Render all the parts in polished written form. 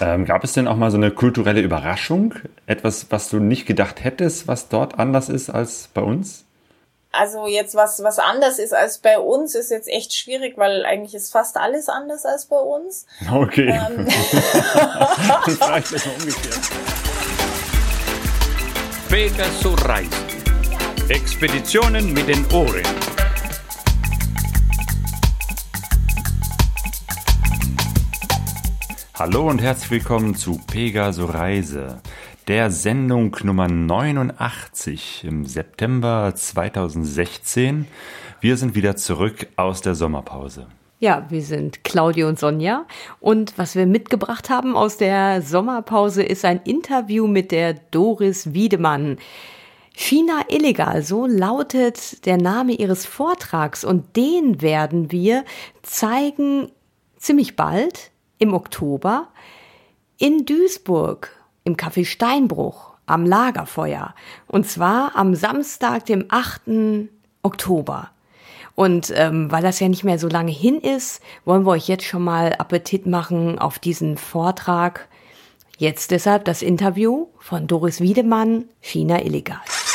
Gab es denn auch mal so eine kulturelle Überraschung? Etwas, was du nicht gedacht hättest, was dort anders ist als bei uns? Also jetzt was anders ist als bei uns, ist jetzt echt schwierig, weil eigentlich ist fast alles anders als bei uns. Okay. Dann frage ich das mal umgekehrt. Pegasus Reisen. Expeditionen mit den Ohren. Hallo und herzlich willkommen zu Pegasus Reise, der Sendung Nummer 89 im September 2016. Wir sind wieder zurück aus der Sommerpause. Ja, wir sind Claudia und Sonja und was wir mitgebracht haben aus der Sommerpause ist ein Interview mit der Doris Wiedemann. China illegal, so lautet der Name ihres Vortrags und den werden wir zeigen ziemlich bald im Oktober in Duisburg im Café Steinbruch am Lagerfeuer und zwar am Samstag, dem 8. Oktober. Und weil das ja nicht mehr so lange hin ist, wollen wir euch jetzt schon mal Appetit machen auf diesen Vortrag. Jetzt deshalb das Interview von Doris Wiedemann, China illegal.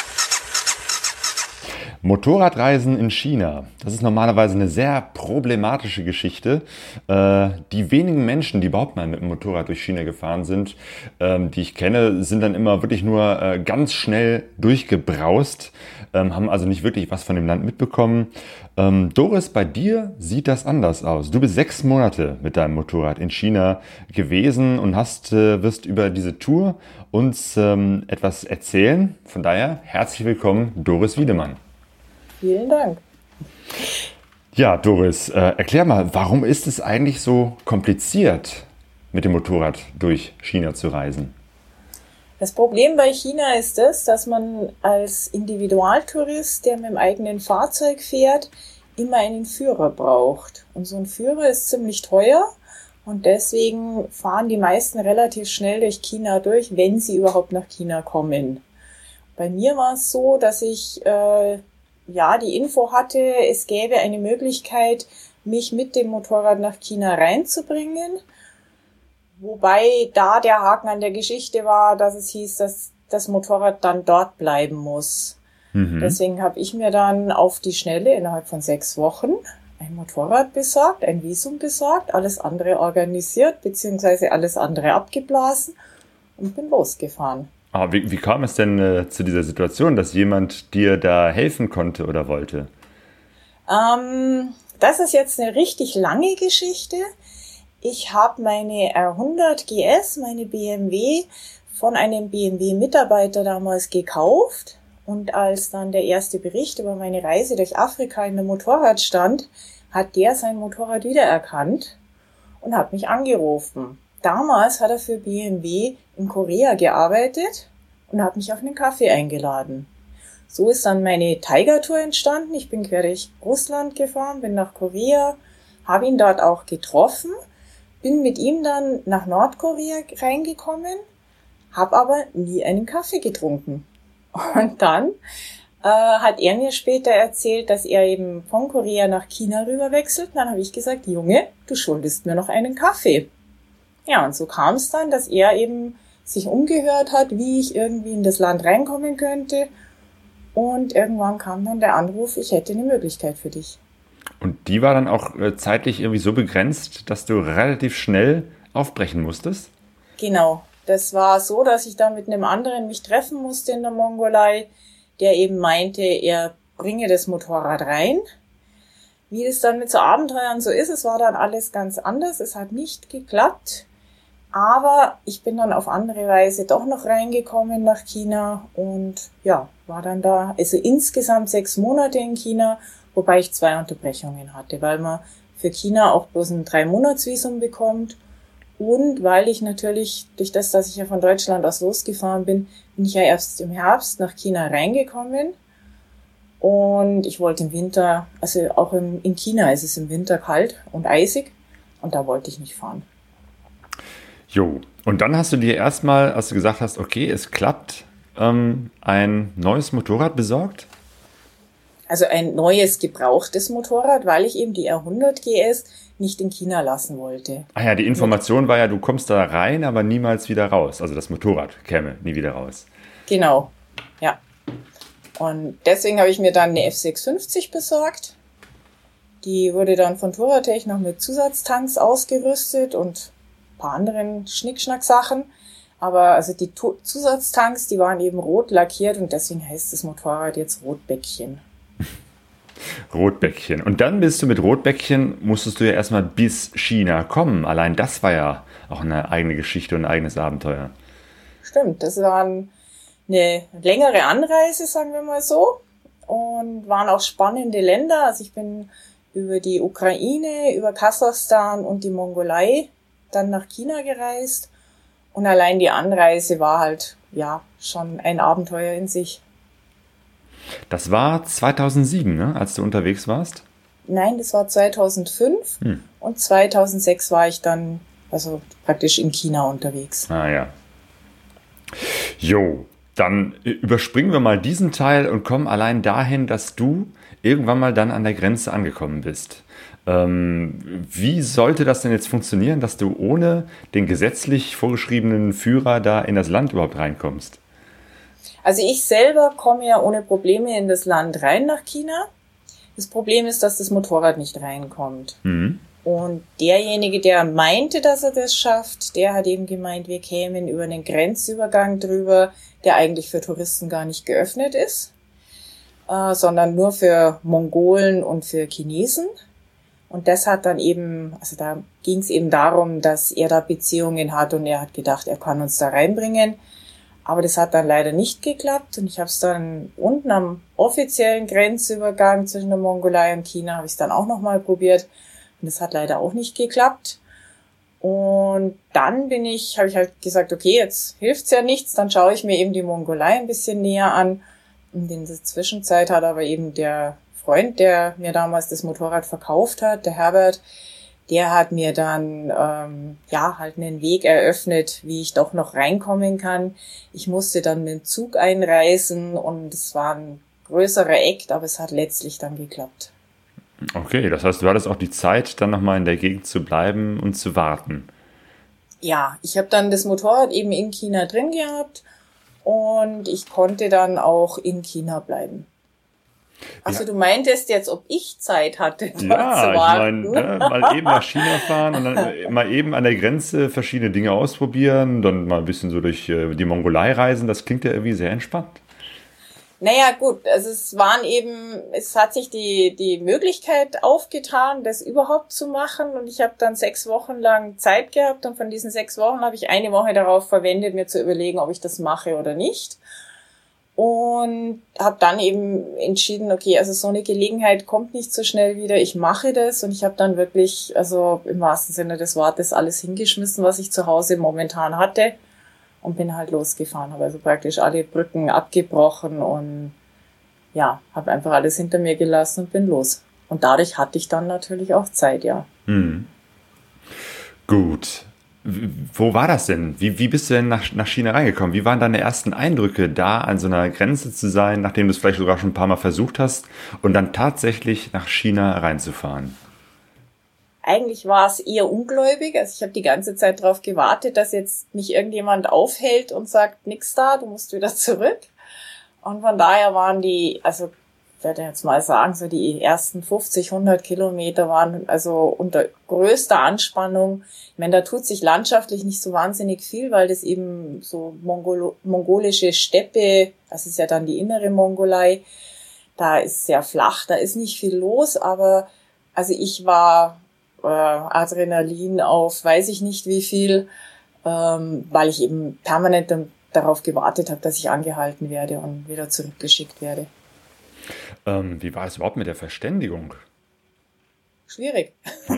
Motorradreisen in China, das ist normalerweise eine sehr problematische Geschichte. Die wenigen Menschen, die überhaupt mal mit dem Motorrad durch China gefahren sind, die ich kenne, sind dann immer wirklich nur ganz schnell durchgebraust, haben also nicht wirklich was von dem Land mitbekommen. Doris, bei dir sieht das anders aus. Du bist 6 Monate mit deinem Motorrad in China gewesen und wirst über diese Tour uns etwas erzählen. Von daher herzlich willkommen, Doris Wiedemann. Vielen Dank. Ja, Doris, erklär mal, warum ist es eigentlich so kompliziert, mit dem Motorrad durch China zu reisen? Das Problem bei China ist es, dass man als Individualtourist, der mit dem eigenen Fahrzeug fährt, immer einen Führer braucht. Und so ein Führer ist ziemlich teuer und deswegen fahren die meisten relativ schnell durch China durch, wenn sie überhaupt nach China kommen. Bei mir war es so, dass ich die Info hatte, es gäbe eine Möglichkeit, mich mit dem Motorrad nach China reinzubringen. Wobei da der Haken an der Geschichte war, dass es hieß, dass das Motorrad dann dort bleiben muss. Deswegen habe ich mir dann auf die Schnelle innerhalb von 6 Wochen ein Motorrad besorgt, ein Visum besorgt, alles andere organisiert, beziehungsweise alles andere abgeblasen und bin losgefahren. Wie kam es denn zu dieser Situation, dass jemand dir da helfen konnte oder wollte? Das ist jetzt eine richtig lange Geschichte. Ich habe meine R100 GS, meine BMW, von einem BMW-Mitarbeiter damals gekauft. Und als dann der erste Bericht über meine Reise durch Afrika in der Motorrad stand, hat der sein Motorrad wiedererkannt und hat mich angerufen. Damals hat er für BMW in Korea gearbeitet und hat mich auf einen Kaffee eingeladen. So ist dann meine Tiger-Tour entstanden. Ich bin quer durch Russland gefahren, bin nach Korea, habe ihn dort auch getroffen, bin mit ihm dann nach Nordkorea reingekommen, habe aber nie einen Kaffee getrunken. Und dann hat er mir später erzählt, dass er eben von Korea nach China rüber wechselt. Und dann habe ich gesagt, Junge, du schuldest mir noch einen Kaffee. Ja, und so kam es dann, dass er eben sich umgehört hat, wie ich irgendwie in das Land reinkommen könnte. Und irgendwann kam dann der Anruf, ich hätte eine Möglichkeit für dich. Und die war dann auch zeitlich irgendwie so begrenzt, dass du relativ schnell aufbrechen musstest? Genau. Das war so, dass ich da mit einem anderen mich treffen musste in der Mongolei, der eben meinte, er bringe das Motorrad rein. Wie es dann mit so Abenteuern so ist, es war dann alles ganz anders. Es hat nicht geklappt. Aber ich bin dann auf andere Weise doch noch reingekommen nach China und ja, war dann da, also insgesamt 6 Monate in China, wobei ich 2 Unterbrechungen hatte, weil man für China auch bloß ein 3-Monats-Visum bekommt und weil ich natürlich, durch das, dass ich ja von Deutschland aus losgefahren bin, bin ich ja erst im Herbst nach China reingekommen und ich wollte im Winter, also auch in China ist es im Winter kalt und eisig und da wollte ich nicht fahren. Jo, und dann hast du dir erstmal, als du gesagt hast, okay, es klappt, ein neues Motorrad besorgt? Also ein neues, gebrauchtes Motorrad, weil ich eben die R100 GS nicht in China lassen wollte. Ah ja, die Information war ja, du kommst da rein, aber niemals wieder raus. Also das Motorrad käme nie wieder raus. Genau, ja. Und deswegen habe ich mir dann eine F650 besorgt. Die wurde dann von Touratech noch mit Zusatztanks ausgerüstet und ein paar anderen Schnickschnack-Sachen. Aber also die Zusatztanks, die waren eben rot lackiert und deswegen heißt das Motorrad jetzt Rotbäckchen. Rotbäckchen. Und dann bist du mit Rotbäckchen, musstest du ja erstmal bis China kommen. Allein das war ja auch eine eigene Geschichte und ein eigenes Abenteuer. Stimmt, das war eine längere Anreise, sagen wir mal so. Und waren auch spannende Länder. Also ich bin über die Ukraine, über Kasachstan und die Mongolei dann nach China gereist. Und allein die Anreise war halt, ja, schon ein Abenteuer in sich. Das war 2007, ne, als du unterwegs warst? Nein, das war 2005 und 2006 war ich dann also praktisch in China unterwegs. Ah ja. Jo, dann überspringen wir mal diesen Teil und kommen allein dahin, dass du irgendwann mal dann an der Grenze angekommen bist. Wie sollte das denn jetzt funktionieren, dass du ohne den gesetzlich vorgeschriebenen Führer da in das Land überhaupt reinkommst? Also ich selber komme ja ohne Probleme in das Land rein nach China. Das Problem ist, dass das Motorrad nicht reinkommt. Mhm. Und derjenige, der meinte, dass er das schafft, der hat eben gemeint, wir kämen über einen Grenzübergang drüber, der eigentlich für Touristen gar nicht geöffnet ist, sondern nur für Mongolen und für Chinesen. Und das hat dann eben, also da ging es eben darum, dass er da Beziehungen hat und er hat gedacht, er kann uns da reinbringen. Aber das hat dann leider nicht geklappt und ich habe es dann unten am offiziellen Grenzübergang zwischen der Mongolei und China, habe ich es dann auch nochmal probiert und das hat leider auch nicht geklappt. Und dann habe ich halt gesagt, okay, jetzt hilft's ja nichts, dann schaue ich mir eben die Mongolei ein bisschen näher an. Und in der Zwischenzeit hat aber eben der Freund, der mir damals das Motorrad verkauft hat, der Herbert, der hat mir dann halt einen Weg eröffnet, wie ich doch noch reinkommen kann. Ich musste dann mit dem Zug einreisen und es war ein größerer Act, aber es hat letztlich dann geklappt. Okay, das heißt, du hattest auch die Zeit, dann nochmal in der Gegend zu bleiben und zu warten. Ja, ich habe dann das Motorrad eben in China drin gehabt und ich konnte dann auch in China bleiben. Also du meintest jetzt, ob ich Zeit hatte, dort zu warten? Ich meine, mal eben nach China fahren und dann mal eben an der Grenze verschiedene Dinge ausprobieren, dann mal ein bisschen so durch die Mongolei reisen, das klingt ja irgendwie sehr entspannt. Naja, gut, also es hat sich die Möglichkeit aufgetan, das überhaupt zu machen und ich habe dann 6 Wochen lang Zeit gehabt und von diesen 6 Wochen habe ich eine Woche darauf verwendet, mir zu überlegen, ob ich das mache oder nicht. Und habe dann eben entschieden, okay, also so eine Gelegenheit kommt nicht so schnell wieder, ich mache das und ich habe dann wirklich, also im wahrsten Sinne des Wortes, alles hingeschmissen, was ich zu Hause momentan hatte und bin halt losgefahren, habe also praktisch alle Brücken abgebrochen und ja, habe einfach alles hinter mir gelassen und bin los. Und dadurch hatte ich dann natürlich auch Zeit, ja. Hm. Gut. Wo war das denn? Wie bist du denn nach China reingekommen? Wie waren deine ersten Eindrücke, da an so einer Grenze zu sein, nachdem du es vielleicht sogar schon ein paar Mal versucht hast und dann tatsächlich nach China reinzufahren? Eigentlich war es eher ungläubig. Also ich habe die ganze Zeit darauf gewartet, dass jetzt mich irgendjemand aufhält und sagt, nix da, du musst wieder zurück. Und von daher waren also ich werde jetzt mal sagen, so die ersten 50, 100 Kilometer waren also unter größter Anspannung. Ich meine, da tut sich landschaftlich nicht so wahnsinnig viel, weil das eben so mongolische Steppe, das ist ja dann die innere Mongolei, da ist sehr flach, da ist nicht viel los, aber also ich war Adrenalin auf weiß ich nicht wie viel, weil ich eben permanent darauf gewartet habe, dass ich angehalten werde und wieder zurückgeschickt werde. Wie war es überhaupt mit der Verständigung? Schwierig.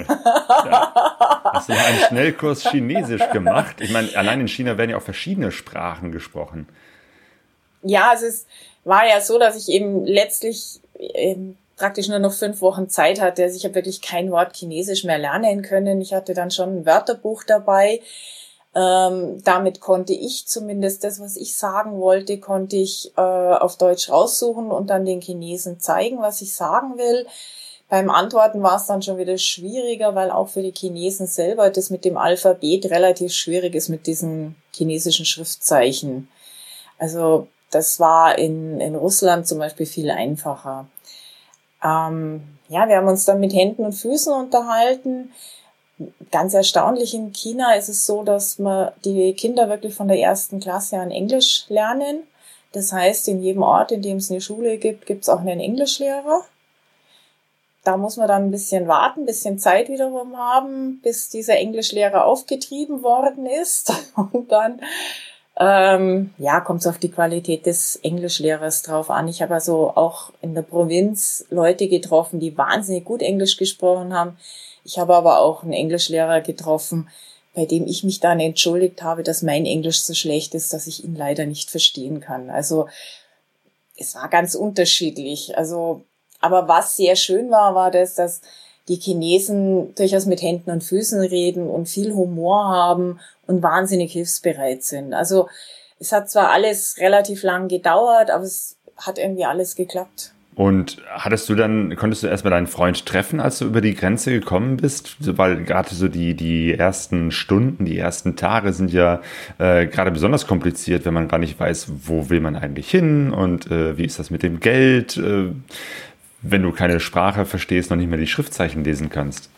Ja. Hast du noch einen Schnellkurs Chinesisch gemacht? Ich meine, allein in China werden ja auch verschiedene Sprachen gesprochen. Ja, es war ja so, dass ich eben letztlich praktisch nur noch 5 Wochen Zeit hatte. Also ich habe wirklich kein Wort Chinesisch mehr lernen können. Ich hatte dann schon ein Wörterbuch dabei. Damit konnte ich zumindest das, was ich sagen wollte, konnte ich auf Deutsch raussuchen und dann den Chinesen zeigen, was ich sagen will. Beim Antworten war es dann schon wieder schwieriger, weil auch für die Chinesen selber das mit dem Alphabet relativ schwierig ist mit diesen chinesischen Schriftzeichen. Also das war in Russland zum Beispiel viel einfacher. Wir haben uns dann mit Händen und Füßen unterhalten. Ganz erstaunlich, in China ist es so, dass die Kinder wirklich von der 1. Klasse an Englisch lernen. Das heißt, in jedem Ort, in dem es eine Schule gibt, gibt es auch einen Englischlehrer. Da muss man dann ein bisschen warten, ein bisschen Zeit wiederum haben, bis dieser Englischlehrer aufgetrieben worden ist. Und dann kommt es auf die Qualität des Englischlehrers drauf an. Ich habe also auch in der Provinz Leute getroffen, die wahnsinnig gut Englisch gesprochen haben. Ich habe aber auch einen Englischlehrer getroffen, bei dem ich mich dann entschuldigt habe, dass mein Englisch so schlecht ist, dass ich ihn leider nicht verstehen kann. Also es war ganz unterschiedlich. Aber was sehr schön war das, dass die Chinesen durchaus mit Händen und Füßen reden und viel Humor haben und wahnsinnig hilfsbereit sind. Also es hat zwar alles relativ lang gedauert, aber es hat irgendwie alles geklappt. Und konntest du erstmal deinen Freund treffen, als du über die Grenze gekommen bist? Weil gerade so die ersten Stunden, die ersten Tage sind ja gerade besonders kompliziert, wenn man gar nicht weiß, wo will man eigentlich hin und wie ist das mit dem Geld, wenn du keine Sprache verstehst, noch nicht mehr die Schriftzeichen lesen kannst.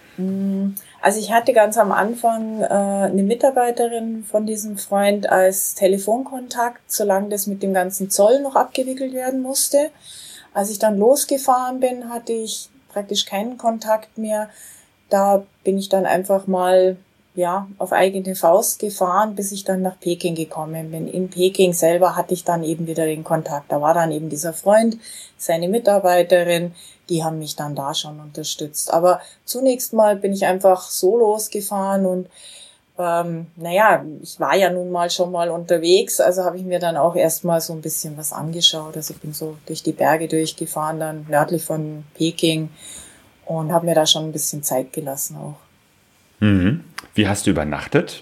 Also ich hatte ganz am Anfang eine Mitarbeiterin von diesem Freund als Telefonkontakt, solange das mit dem ganzen Zoll noch abgewickelt werden musste. Als ich dann losgefahren bin, hatte ich praktisch keinen Kontakt mehr. Da bin ich dann einfach mal auf eigene Faust gefahren, bis ich dann nach Peking gekommen bin. In Peking selber hatte ich dann eben wieder den Kontakt. Da war dann eben dieser Freund, seine Mitarbeiterin, die haben mich dann da schon unterstützt. Aber zunächst mal bin ich einfach so losgefahren und ich war ja nun mal schon mal unterwegs, also habe ich mir dann auch erstmal so ein bisschen was angeschaut. Also ich bin so durch die Berge durchgefahren, dann nördlich von Peking und habe mir da schon ein bisschen Zeit gelassen auch. Mhm. Wie hast du übernachtet?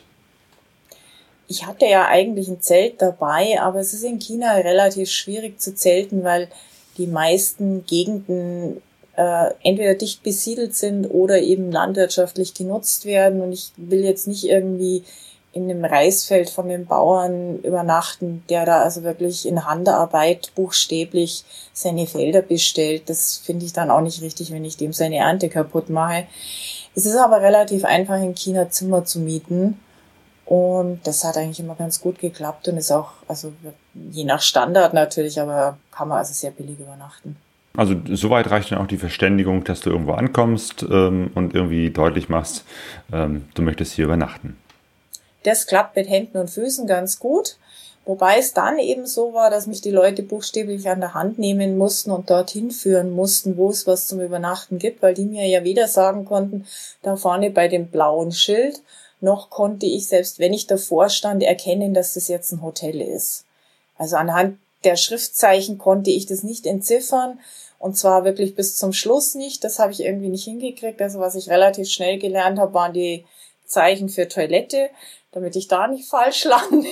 Ich hatte ja eigentlich ein Zelt dabei, aber es ist in China relativ schwierig zu zelten, weil die meisten Gegenden entweder dicht besiedelt sind oder eben landwirtschaftlich genutzt werden. Und ich will jetzt nicht irgendwie in einem Reisfeld von den Bauern übernachten, der da also wirklich in Handarbeit buchstäblich seine Felder bestellt. Das finde ich dann auch nicht richtig, wenn ich dem seine Ernte kaputt mache. Es ist aber relativ einfach, in China Zimmer zu mieten. Und das hat eigentlich immer ganz gut geklappt und ist auch, also je nach Standard natürlich, aber kann man also sehr billig übernachten. Also soweit reicht dann auch die Verständigung, dass du irgendwo ankommst und irgendwie deutlich machst, du möchtest hier übernachten. Das klappt mit Händen und Füßen ganz gut, wobei es dann eben so war, dass mich die Leute buchstäblich an der Hand nehmen mussten und dorthin führen mussten, wo es was zum Übernachten gibt, weil die mir ja weder sagen konnten, da vorne bei dem blauen Schild, noch konnte ich, selbst wenn ich davor stand, erkennen, dass das jetzt ein Hotel ist. Also anhand der Schriftzeichen konnte ich das nicht entziffern. Und zwar wirklich bis zum Schluss nicht. Das habe ich irgendwie nicht hingekriegt. Also was ich relativ schnell gelernt habe, waren die Zeichen für Toilette, damit ich da nicht falsch lande.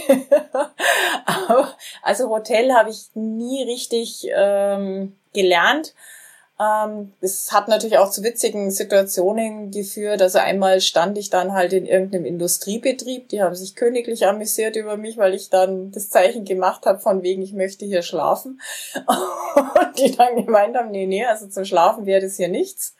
Also Hotel habe ich nie richtig gelernt. Es hat natürlich auch zu witzigen Situationen geführt. Also einmal stand ich dann halt in irgendeinem Industriebetrieb. Die haben sich königlich amüsiert über mich, weil ich dann das Zeichen gemacht habe von wegen, ich möchte hier schlafen. Und die dann gemeint haben, nee, also zum Schlafen wäre das hier nichts.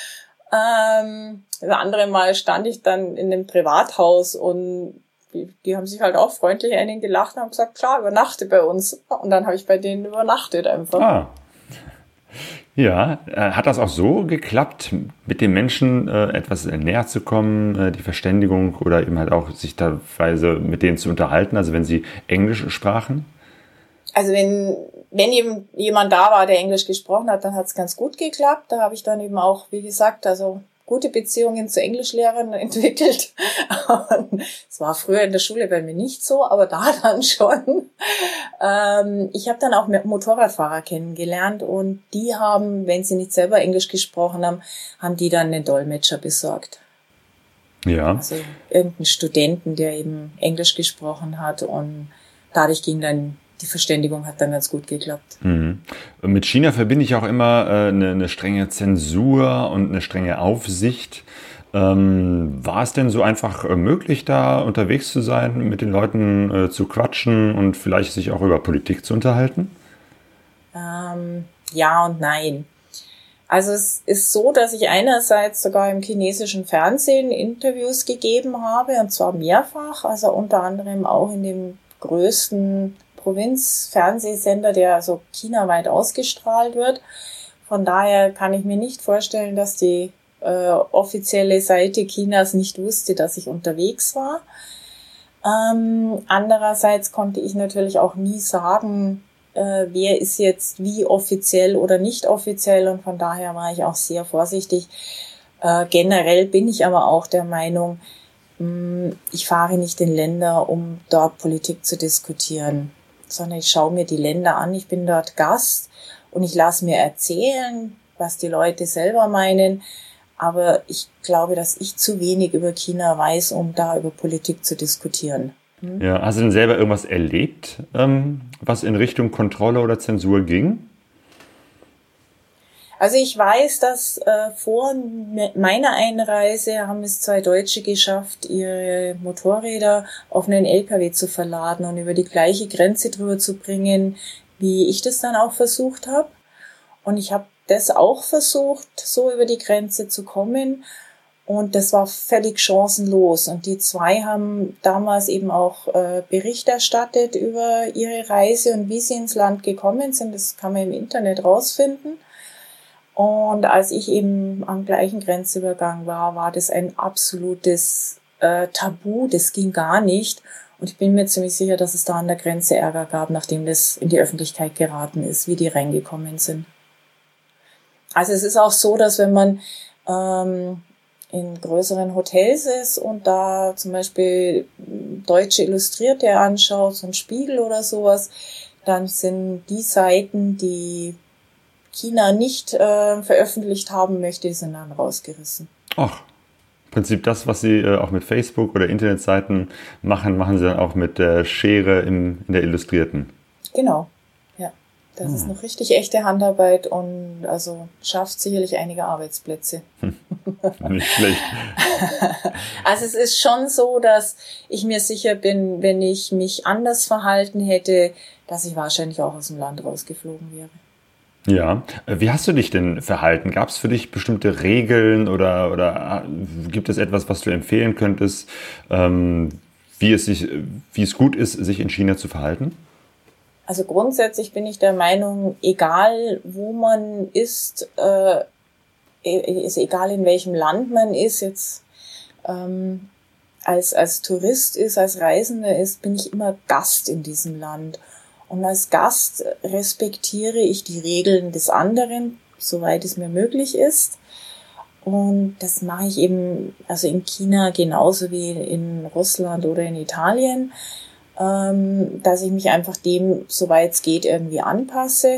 Das andere Mal stand ich dann in einem Privathaus und die haben sich halt auch freundlich einen gelacht und haben gesagt, klar, übernachte bei uns. Und dann habe ich bei denen übernachtet einfach. Ah. Ja, hat das auch so geklappt, mit den Menschen etwas näher zu kommen, die Verständigung oder eben halt auch sich teilweise mit denen zu unterhalten, also wenn sie Englisch sprachen? Also wenn eben jemand da war, der Englisch gesprochen hat, dann hat es ganz gut geklappt. Da habe ich dann eben auch, wie gesagt, also gute Beziehungen zu Englischlehrern entwickelt. Es war früher in der Schule bei mir nicht so, aber da dann schon. Ich habe dann auch Motorradfahrer kennengelernt und die haben, wenn sie nicht selber Englisch gesprochen haben, haben die dann einen Dolmetscher besorgt. Ja. Also irgendein Studenten, der eben Englisch gesprochen hat und dadurch ging dann, die Verständigung hat dann ganz gut geklappt. Mhm. Mit China verbinde ich auch immer eine strenge Zensur und eine strenge Aufsicht. War es denn so einfach möglich, da unterwegs zu sein, mit den Leuten zu quatschen und vielleicht sich auch über Politik zu unterhalten? Ja und nein. Also es ist so, dass ich einerseits sogar im chinesischen Fernsehen Interviews gegeben habe, und zwar mehrfach, also unter anderem auch in dem größten Provinzfernsehsender, der also chinaweit ausgestrahlt wird. Von daher kann ich mir nicht vorstellen, dass die offizielle Seite Chinas nicht wusste, dass ich unterwegs war. Andererseits konnte ich natürlich auch nie sagen, wer ist jetzt wie offiziell oder nicht offiziell, und von daher war ich auch sehr vorsichtig. Generell bin ich aber auch der Meinung, ich fahre nicht in Länder, um dort Politik zu diskutieren, sondern ich schaue mir die Länder an, ich bin dort Gast und ich lasse mir erzählen, was die Leute selber meinen, aber ich glaube, dass ich zu wenig über China weiß, um da über Politik zu diskutieren. Ja, hast du denn selber irgendwas erlebt, was in Richtung Kontrolle oder Zensur ging? Also ich weiß, dass vor meiner Einreise haben es 2 Deutsche geschafft, ihre Motorräder auf einen LKW zu verladen und über die gleiche Grenze drüber zu bringen, wie ich das dann auch versucht habe. Und ich habe das auch versucht, so über die Grenze zu kommen. Und das war völlig chancenlos. Und die 2 haben damals eben auch Bericht erstattet über ihre Reise und wie sie ins Land gekommen sind. Das kann man im Internet rausfinden. Und als ich eben am gleichen Grenzübergang war, war das ein absolutes Tabu. Das ging gar nicht. Und ich bin mir ziemlich sicher, dass es da an der Grenze Ärger gab, nachdem das in die Öffentlichkeit geraten ist, wie die reingekommen sind. Also es ist auch so, dass wenn man in größeren Hotels ist und da zum Beispiel deutsche Illustrierte anschaut, so ein Spiegel oder sowas, dann sind die Seiten, die China nicht veröffentlicht haben möchte, die sind dann rausgerissen. Ach, im Prinzip das, was sie auch mit Facebook oder Internetseiten machen, machen sie dann auch mit der Schere in der Illustrierten. Genau, ja. Das ist noch richtig echte Handarbeit und also schafft sicherlich einige Arbeitsplätze. Nicht schlecht. Also es ist schon so, dass ich mir sicher bin, wenn ich mich anders verhalten hätte, dass ich wahrscheinlich auch aus dem Land rausgeflogen wäre. Ja, wie hast du dich denn verhalten? Gab es für dich bestimmte Regeln oder gibt es etwas, was du empfehlen könntest, wie es gut ist, sich in China zu verhalten? Also grundsätzlich bin ich der Meinung, egal wo man ist egal in welchem Land man ist, jetzt als Tourist ist, als Reisender ist, bin ich immer Gast in diesem Land. Und als Gast respektiere ich die Regeln des anderen, soweit es mir möglich ist. Und das mache ich eben, also in China genauso wie in Russland oder in Italien, dass ich mich einfach dem, soweit es geht, irgendwie anpasse.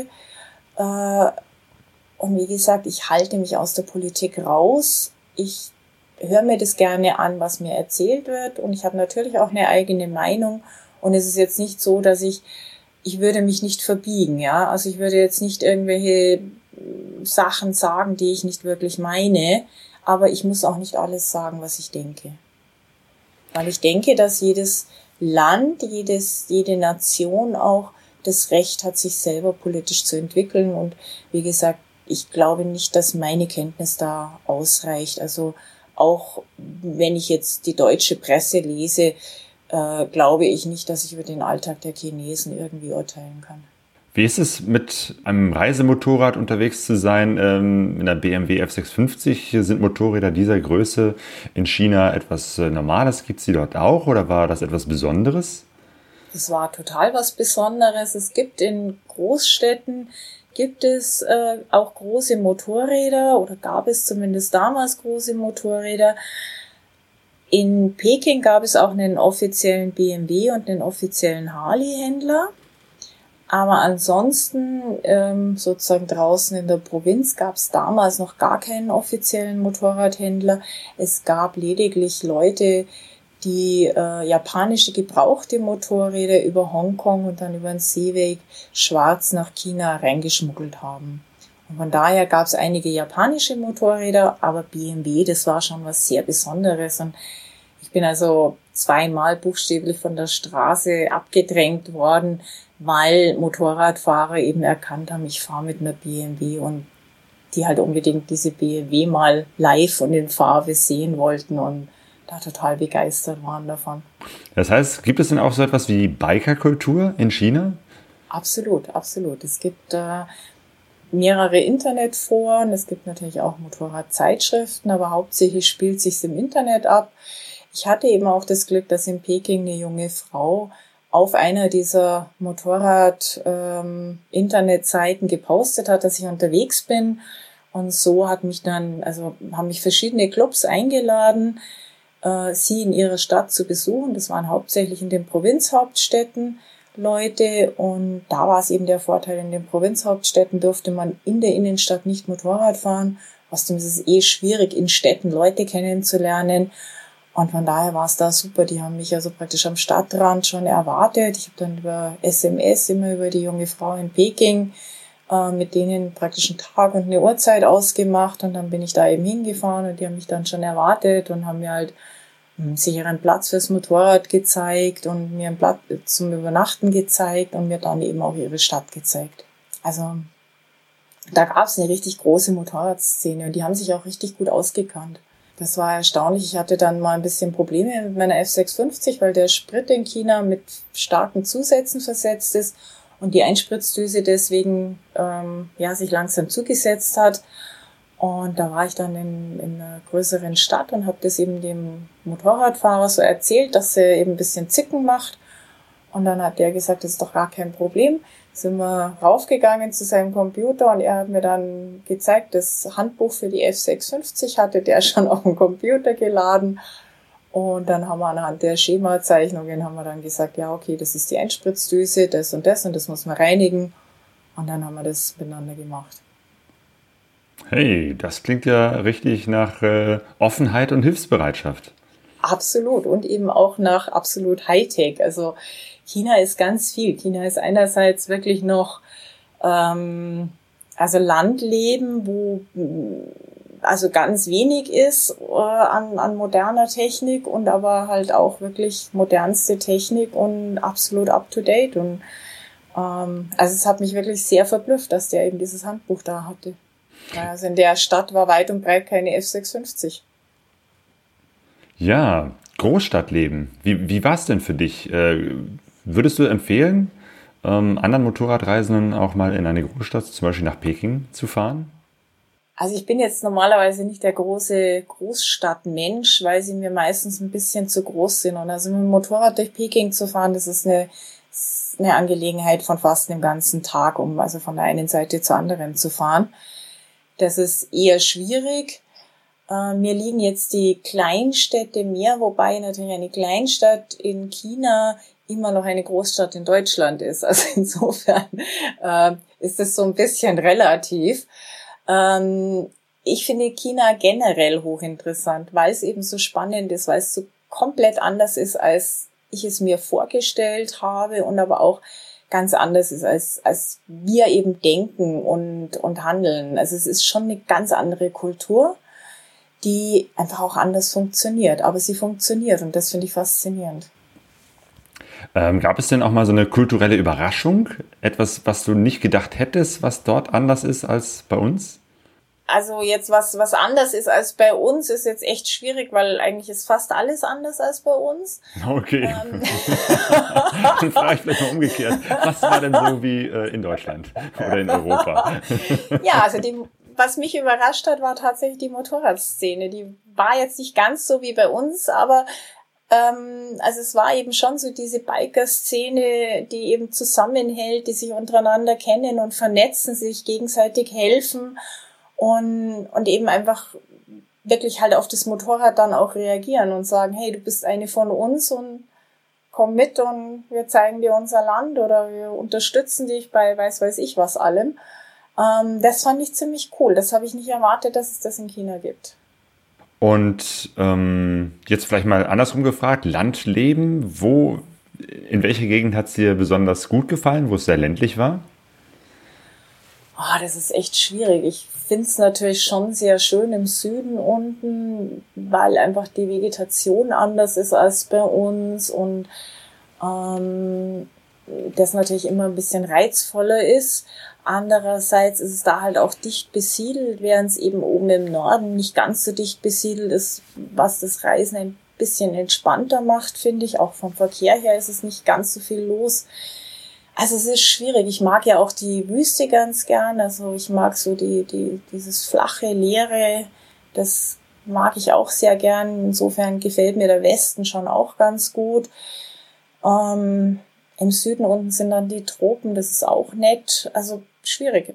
Und wie gesagt, ich halte mich aus der Politik raus. Ich höre mir das gerne an, was mir erzählt wird. Und ich habe natürlich auch eine eigene Meinung. Und es ist jetzt nicht so, dass ich würde mich nicht verbiegen, ja. Also ich würde jetzt nicht irgendwelche Sachen sagen, die ich nicht wirklich meine. Aber ich muss auch nicht alles sagen, was ich denke. Weil ich denke, dass jedes Land, jede Nation auch das Recht hat, sich selber politisch zu entwickeln. Und wie gesagt, ich glaube nicht, dass meine Kenntnis da ausreicht. Also auch wenn ich jetzt die deutsche Presse lese, glaube ich nicht, dass ich über den Alltag der Chinesen irgendwie urteilen kann. Wie ist es, mit einem Reisemotorrad unterwegs zu sein? In der BMW F650 sind Motorräder dieser Größe in China etwas Normales. Gibt es die dort auch oder war das etwas Besonderes? Das war total was Besonderes. Es gibt in Großstädten auch große Motorräder oder gab es zumindest damals große Motorräder. In Peking gab es auch einen offiziellen BMW und einen offiziellen Harley-Händler. Aber ansonsten, sozusagen draußen in der Provinz gab es damals noch gar keinen offiziellen Motorradhändler. Es gab lediglich Leute, die japanische gebrauchte Motorräder über Hongkong und dann über den Seeweg schwarz nach China reingeschmuggelt haben. Und von daher gab es einige japanische Motorräder, aber BMW, das war schon was sehr Besonderes. Und ich bin also 2-mal buchstäblich von der Straße abgedrängt worden, weil Motorradfahrer eben erkannt haben, ich fahre mit einer BMW und die halt unbedingt diese BMW mal live und in Farbe sehen wollten und da total begeistert waren davon. Das heißt, gibt es denn auch so etwas wie Bikerkultur in China? Absolut, absolut. Es gibt mehrere Internetforen, es gibt natürlich auch Motorradzeitschriften, aber hauptsächlich spielt sich's im Internet ab. Ich hatte eben auch das Glück, dass in Peking eine junge Frau auf einer dieser Motorrad-Internetseiten gepostet hat, dass ich unterwegs bin. Und so haben mich verschiedene Clubs eingeladen, sie in ihrer Stadt zu besuchen. Das waren hauptsächlich in den Provinzhauptstädten Leute. Und da war es eben der Vorteil, in den Provinzhauptstädten durfte man in der Innenstadt nicht Motorrad fahren. Außerdem ist es schwierig, in Städten Leute kennenzulernen. Und von daher war es da super. Die haben mich also praktisch am Stadtrand schon erwartet. Ich habe dann über SMS immer über die junge Frau in Peking mit denen praktisch einen Tag und eine Uhrzeit ausgemacht. Und dann bin ich da eben hingefahren und die haben mich dann schon erwartet und haben mir halt einen sicheren Platz fürs Motorrad gezeigt und mir einen Platz zum Übernachten gezeigt und mir dann eben auch ihre Stadt gezeigt. Also da gab es eine richtig große Motorradszene und die haben sich auch richtig gut ausgekannt. Das war erstaunlich. Ich hatte dann mal ein bisschen Probleme mit meiner F650, weil der Sprit in China mit starken Zusätzen versetzt ist und die Einspritzdüse deswegen sich langsam zugesetzt hat. Und da war ich dann in einer größeren Stadt und habe das eben dem Motorradfahrer so erzählt, dass er eben ein bisschen Zicken macht. Und dann hat der gesagt, das ist doch gar kein Problem. Sind wir raufgegangen zu seinem Computer und er hat mir dann gezeigt, das Handbuch für die F650 hatte der schon auf dem Computer geladen. Und dann haben wir anhand der Schemazeichnungen dann gesagt, ja okay, das ist die Einspritzdüse, das und das muss man reinigen. Und dann haben wir das miteinander gemacht. Hey, das klingt ja richtig nach Offenheit und Hilfsbereitschaft. Absolut und eben auch nach absolut Hightech. Also China ist ganz viel. China ist einerseits wirklich noch Landleben, wo also ganz wenig ist an moderner Technik und aber halt auch wirklich modernste Technik und absolut up to date. Und es hat mich wirklich sehr verblüfft, dass der eben dieses Handbuch da hatte. Also in der Stadt war weit und breit keine F650. Ja, Großstadtleben. Wie war es denn für dich? Würdest du empfehlen, anderen Motorradreisenden auch mal in eine Großstadt, zum Beispiel nach Peking, zu fahren? Also ich bin jetzt normalerweise nicht der große Großstadtmensch, weil sie mir meistens ein bisschen zu groß sind. Und also mit dem Motorrad durch Peking zu fahren, das ist eine Angelegenheit von fast einem ganzen Tag, um also von der einen Seite zur anderen zu fahren. Das ist eher schwierig. Mir liegen jetzt die Kleinstädte mehr, wobei natürlich eine Kleinstadt in China immer noch eine Großstadt in Deutschland ist. Also insofern ist es so ein bisschen relativ. Ich finde China generell hochinteressant, weil es eben so spannend ist, weil es so komplett anders ist, als ich es mir vorgestellt habe und aber auch ganz anders ist, als wir eben denken und handeln. Also es ist schon eine ganz andere Kultur, die einfach auch anders funktioniert. Aber sie funktioniert und das finde ich faszinierend. Gab es denn auch mal so eine kulturelle Überraschung? Etwas, was du nicht gedacht hättest, was dort anders ist als bei uns? Also jetzt was anders ist als bei uns, ist jetzt echt schwierig, weil eigentlich ist fast alles anders als bei uns. Okay. Dann frage ich vielleicht mal umgekehrt. Was war denn so wie in Deutschland oder in Europa? Ja, also was mich überrascht hat, war tatsächlich die Motorradszene. Die war jetzt nicht ganz so wie bei uns, aber also es war eben schon so diese Biker-Szene, die eben zusammenhält, die sich untereinander kennen und vernetzen, sich gegenseitig helfen. Und eben einfach wirklich halt auf das Motorrad dann auch reagieren und sagen, hey, du bist eine von uns und komm mit und wir zeigen dir unser Land oder wir unterstützen dich bei weiß ich was allem. Das fand ich ziemlich cool. Das habe ich nicht erwartet, dass es das in China gibt. Und jetzt vielleicht mal andersrum gefragt, Landleben, in welcher Gegend hat es dir besonders gut gefallen, wo es sehr ländlich war? Oh, das ist echt schwierig. Ich finde es natürlich schon sehr schön im Süden unten, weil einfach die Vegetation anders ist als bei uns und das natürlich immer ein bisschen reizvoller ist. Andererseits ist es da halt auch dicht besiedelt, während es eben oben im Norden nicht ganz so dicht besiedelt ist, was das Reisen ein bisschen entspannter macht, finde ich. Auch vom Verkehr her ist es nicht ganz so viel los. Also es ist schwierig. Ich mag ja auch die Wüste ganz gern. Also ich mag so dieses flache, leere, das mag ich auch sehr gern. Insofern gefällt mir der Westen schon auch ganz gut. Im Süden unten sind dann die Tropen, das ist auch nett. Also schwierig.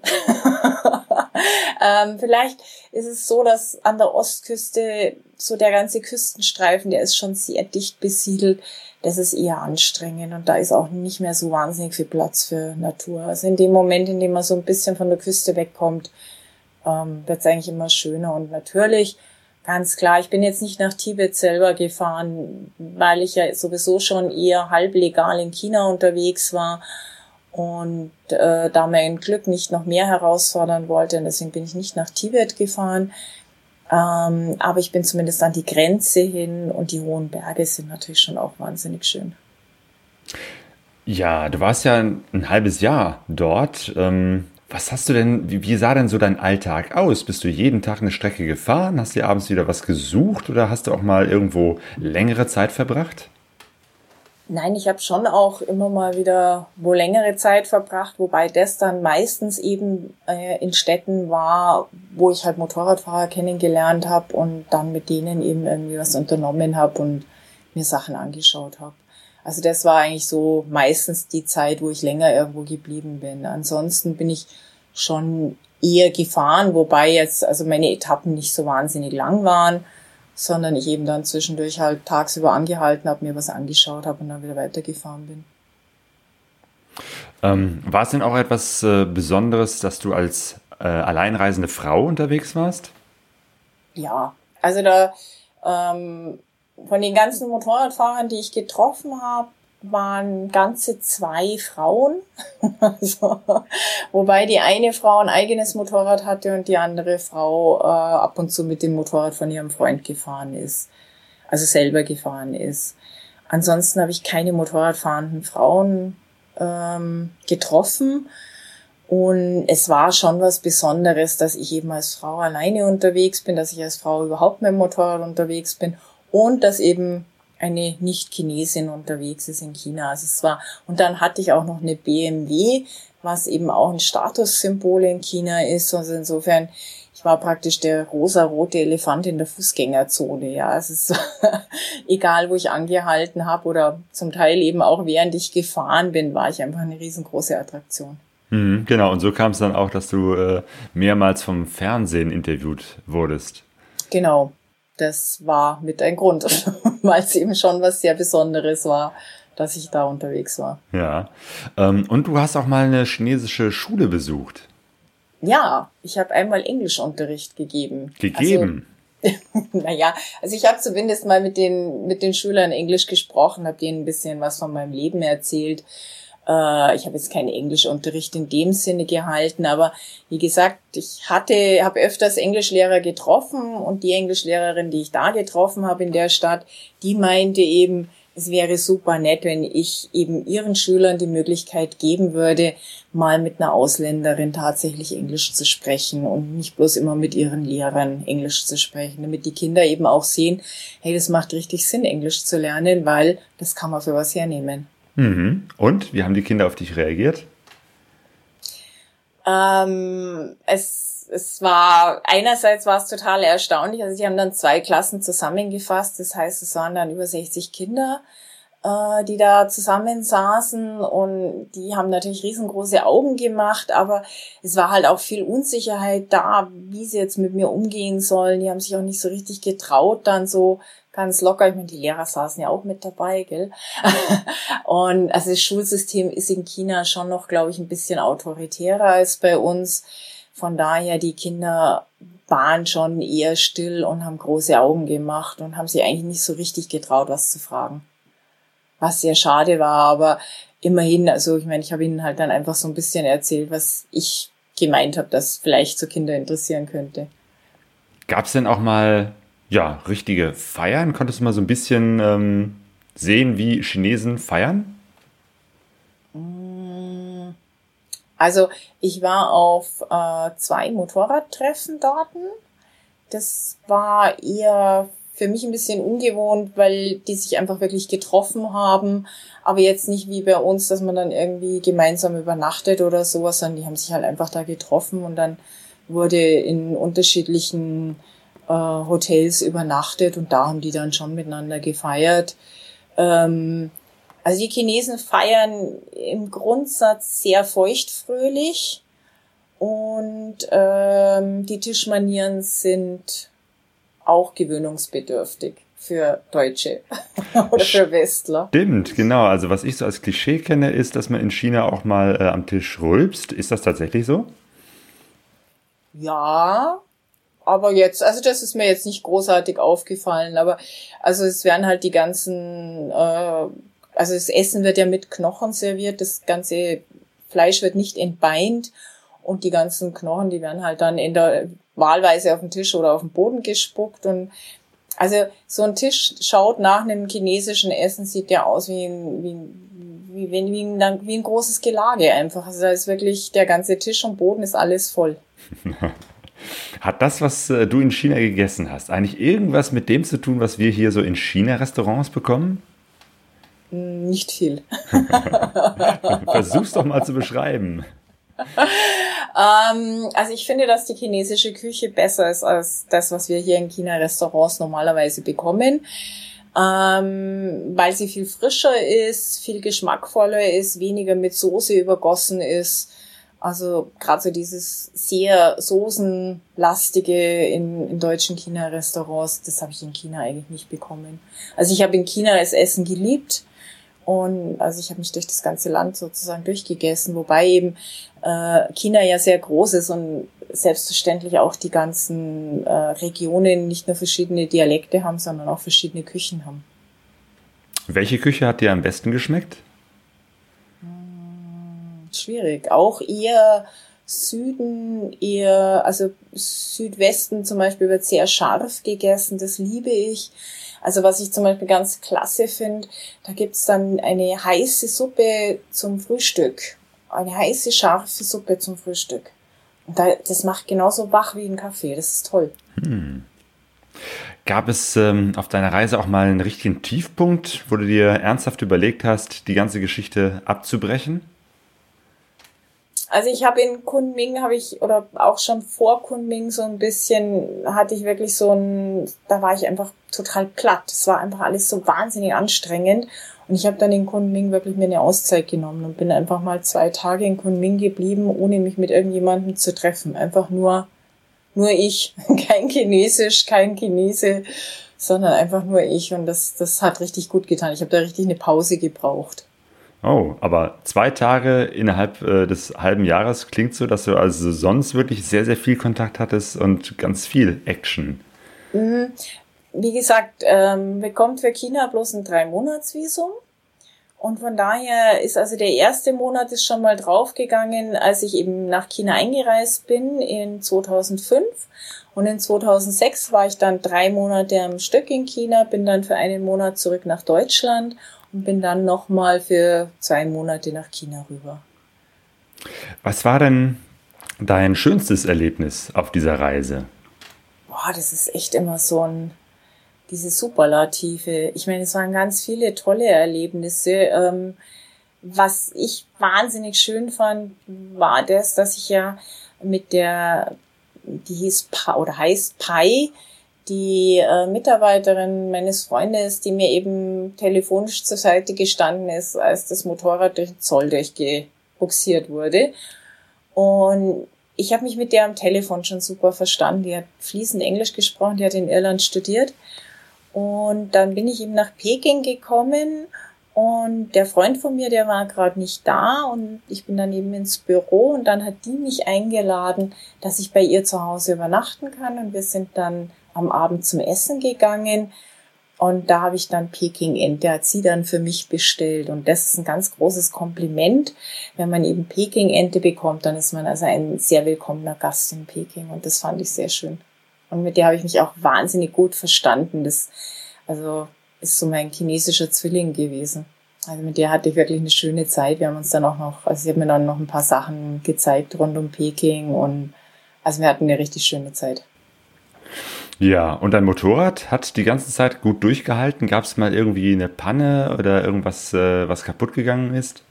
Vielleicht ist es so, dass an der Ostküste so der ganze Küstenstreifen, der ist schon sehr dicht besiedelt. Das ist eher anstrengend und da ist auch nicht mehr so wahnsinnig viel Platz für Natur. Also in dem Moment, in dem man so ein bisschen von der Küste wegkommt, wird es eigentlich immer schöner. Und natürlich, ganz klar, ich bin jetzt nicht nach Tibet selber gefahren, weil ich ja sowieso schon eher halblegal in China unterwegs war und da mein Glück nicht noch mehr herausfordern wollte. Und deswegen bin ich nicht nach Tibet gefahren. Aber ich bin zumindest an die Grenze hin und die hohen Berge sind natürlich schon auch wahnsinnig schön. Ja, du warst ja ein halbes Jahr dort. Was hast du denn, wie sah denn so dein Alltag aus? Bist du jeden Tag eine Strecke gefahren? Hast du abends wieder was gesucht oder hast du auch mal irgendwo längere Zeit verbracht? Nein, ich habe schon auch immer mal wieder wo längere Zeit verbracht, wobei das dann meistens eben in Städten war, wo ich halt Motorradfahrer kennengelernt habe und dann mit denen eben irgendwie was unternommen habe und mir Sachen angeschaut habe. Also das war eigentlich so meistens die Zeit, wo ich länger irgendwo geblieben bin. Ansonsten bin ich schon eher gefahren, wobei jetzt also meine Etappen nicht so wahnsinnig lang waren, sondern ich eben dann zwischendurch halt tagsüber angehalten habe, mir was angeschaut habe und dann wieder weitergefahren bin. War es denn auch etwas Besonderes, dass du als alleinreisende Frau unterwegs warst? Ja, also da von den ganzen Motorradfahrern, die ich getroffen habe, waren ganze 2 Frauen. Also, wobei die eine Frau ein eigenes Motorrad hatte und die andere Frau ab und zu mit dem Motorrad von ihrem Freund gefahren ist. Also selber gefahren ist. Ansonsten habe ich keine motorradfahrenden Frauen getroffen. Und es war schon was Besonderes, dass ich eben als Frau alleine unterwegs bin, dass ich als Frau überhaupt mit dem Motorrad unterwegs bin und dass eben eine Nicht-Chinesin unterwegs ist in China. Also es war, und dann hatte ich auch noch eine BMW, was eben auch ein Statussymbol in China ist. Also insofern, ich war praktisch der rosa-rote Elefant in der Fußgängerzone. Ja, es ist egal, wo ich angehalten habe oder zum Teil eben auch während ich gefahren bin, war ich einfach eine riesengroße Attraktion. Genau, und so kam es dann auch, dass du mehrmals vom Fernsehen interviewt wurdest. Genau. Das war mit ein Grund, weil es eben schon was sehr Besonderes war, dass ich da unterwegs war. Ja, und du hast auch mal eine chinesische Schule besucht. Ja, ich habe einmal Englischunterricht gegeben. Gegeben? Also ich habe zumindest mal mit den Schülern Englisch gesprochen, habe denen ein bisschen was von meinem Leben erzählt. Ich habe jetzt keinen Englischunterricht in dem Sinne gehalten, aber wie gesagt, ich habe öfters Englischlehrer getroffen und die Englischlehrerin, die ich da getroffen habe in der Stadt, die meinte eben, es wäre super nett, wenn ich eben ihren Schülern die Möglichkeit geben würde, mal mit einer Ausländerin tatsächlich Englisch zu sprechen und nicht bloß immer mit ihren Lehrern Englisch zu sprechen, damit die Kinder eben auch sehen, hey, das macht richtig Sinn, Englisch zu lernen, weil das kann man für was hernehmen. Und wie haben die Kinder auf dich reagiert? Einerseits war es total erstaunlich. Also sie haben dann 2 Klassen zusammengefasst. Das heißt, es waren dann über 60 Kinder, die da zusammensaßen und die haben natürlich riesengroße Augen gemacht, aber es war halt auch viel Unsicherheit da, wie sie jetzt mit mir umgehen sollen. Die haben sich auch nicht so richtig getraut, dann so ganz locker. Ich meine, die Lehrer saßen ja auch mit dabei, gell? Und also das Schulsystem ist in China schon noch, glaube ich, ein bisschen autoritärer als bei uns. Von daher, die Kinder waren schon eher still und haben große Augen gemacht und haben sich eigentlich nicht so richtig getraut, was zu fragen. Was sehr schade war, aber immerhin, also ich meine, ich habe ihnen halt dann einfach so ein bisschen erzählt, was ich gemeint habe, dass vielleicht so Kinder interessieren könnte. Gab es denn auch mal, ja, richtige Feiern? Konntest du mal so ein bisschen sehen, wie Chinesen feiern? Also ich war auf 2 Motorradtreffen dort. Das war eher für mich ein bisschen ungewohnt, weil die sich einfach wirklich getroffen haben, aber jetzt nicht wie bei uns, dass man dann irgendwie gemeinsam übernachtet oder sowas, sondern die haben sich halt einfach da getroffen und dann wurde in unterschiedlichen Hotels übernachtet und da haben die dann schon miteinander gefeiert. Also die Chinesen feiern im Grundsatz sehr feuchtfröhlich und die Tischmanieren sind auch gewöhnungsbedürftig für Deutsche oder für Westler. Stimmt, genau. Also was ich so als Klischee kenne, ist, dass man in China auch mal am Tisch rülpst. Ist das tatsächlich so? Ja, aber jetzt, also das ist mir jetzt nicht großartig aufgefallen, aber also es werden halt die ganzen, also das Essen wird ja mit Knochen serviert, das ganze Fleisch wird nicht entbeint und die ganzen Knochen, die werden halt dann wahlweise auf den Tisch oder auf den Boden gespuckt und also so ein Tisch schaut nach einem chinesischen Essen, sieht der aus wie ein großes Gelage einfach. Also da ist wirklich der ganze Tisch und Boden ist alles voll. Hat das, was du in China gegessen hast, eigentlich irgendwas mit dem zu tun, was wir hier so in China-Restaurants bekommen? Nicht viel. Versuch's doch mal zu beschreiben. Also ich finde, dass die chinesische Küche besser ist als das, was wir hier in China-Restaurants normalerweise bekommen, weil sie viel frischer ist, viel geschmackvoller ist, weniger mit Soße übergossen ist. Also gerade so dieses sehr soßenlastige in deutschen China-Restaurants, das habe ich in China eigentlich nicht bekommen. Also ich habe in China das Essen geliebt. Und also ich habe mich durch das ganze Land sozusagen durchgegessen, wobei eben China ja sehr groß ist und selbstverständlich auch die ganzen Regionen nicht nur verschiedene Dialekte haben, sondern auch verschiedene Küchen haben. Welche Küche hat dir am besten geschmeckt? Schwierig. Auch eher Süden, also Südwesten zum Beispiel wird sehr scharf gegessen, das liebe ich. Also was ich zum Beispiel ganz klasse finde, da gibt's dann eine heiße Suppe zum Frühstück. Eine heiße, scharfe Suppe zum Frühstück. Und das macht genauso wach wie ein Kaffee. Das ist toll. Gab es auf deiner Reise auch mal einen richtigen Tiefpunkt, wo du dir ernsthaft überlegt hast, die ganze Geschichte abzubrechen? Also ich habe in Kunming, oder auch schon vor Kunming so ein bisschen, hatte ich wirklich da war ich einfach total platt. Es war einfach alles so wahnsinnig anstrengend. Und ich habe dann in Kunming wirklich mir eine Auszeit genommen und bin einfach mal 2 Tage in Kunming geblieben, ohne mich mit irgendjemandem zu treffen. Einfach nur ich, kein Chinesisch, kein Chinese, sondern einfach nur ich. Und das hat richtig gut getan. Ich habe da richtig eine Pause gebraucht. Oh, aber 2 Tage innerhalb des halben Jahres klingt so, dass du also sonst wirklich sehr, sehr viel Kontakt hattest und ganz viel Action. Wie gesagt, bekommt für China bloß ein 3-Monats-Visum. Und von daher ist also der erste Monat ist schon mal draufgegangen, als ich eben nach China eingereist bin in 2005. Und in 2006 war ich dann 3 Monate am Stück in China, bin dann für 1 Monat zurück nach Deutschland und bin dann nochmal für 2 Monate nach China rüber. Was war denn dein schönstes Erlebnis auf dieser Reise? Boah, das ist echt immer diese Superlative. Ich meine, es waren ganz viele tolle Erlebnisse. Was ich wahnsinnig schön fand, war das, dass ich ja mit die heißt Pai, die Mitarbeiterin meines Freundes, die mir eben telefonisch zur Seite gestanden ist, als das Motorrad durch den Zoll durchgebuxiert wurde. Und ich habe mich mit der am Telefon schon super verstanden. Die hat fließend Englisch gesprochen, die hat in Irland studiert. Und dann bin ich eben nach Peking gekommen und der Freund von mir, der war gerade nicht da und ich bin dann eben ins Büro und dann hat die mich eingeladen, dass ich bei ihr zu Hause übernachten kann und wir sind dann am Abend zum Essen gegangen und da habe ich dann Peking-Ente, hat sie dann für mich bestellt und das ist ein ganz großes Kompliment. Wenn man eben Peking-Ente bekommt, dann ist man also ein sehr willkommener Gast in Peking und das fand ich sehr schön. Und mit der habe ich mich auch wahnsinnig gut verstanden. Das also ist so mein chinesischer Zwilling gewesen. Also mit der hatte ich wirklich eine schöne Zeit. Wir haben uns dann auch noch, also sie hat mir dann noch ein paar Sachen gezeigt rund um Peking und also wir hatten eine richtig schöne Zeit. Ja, und dein Motorrad hat die ganze Zeit gut durchgehalten? Gab es mal irgendwie eine Panne oder irgendwas, was kaputt gegangen ist?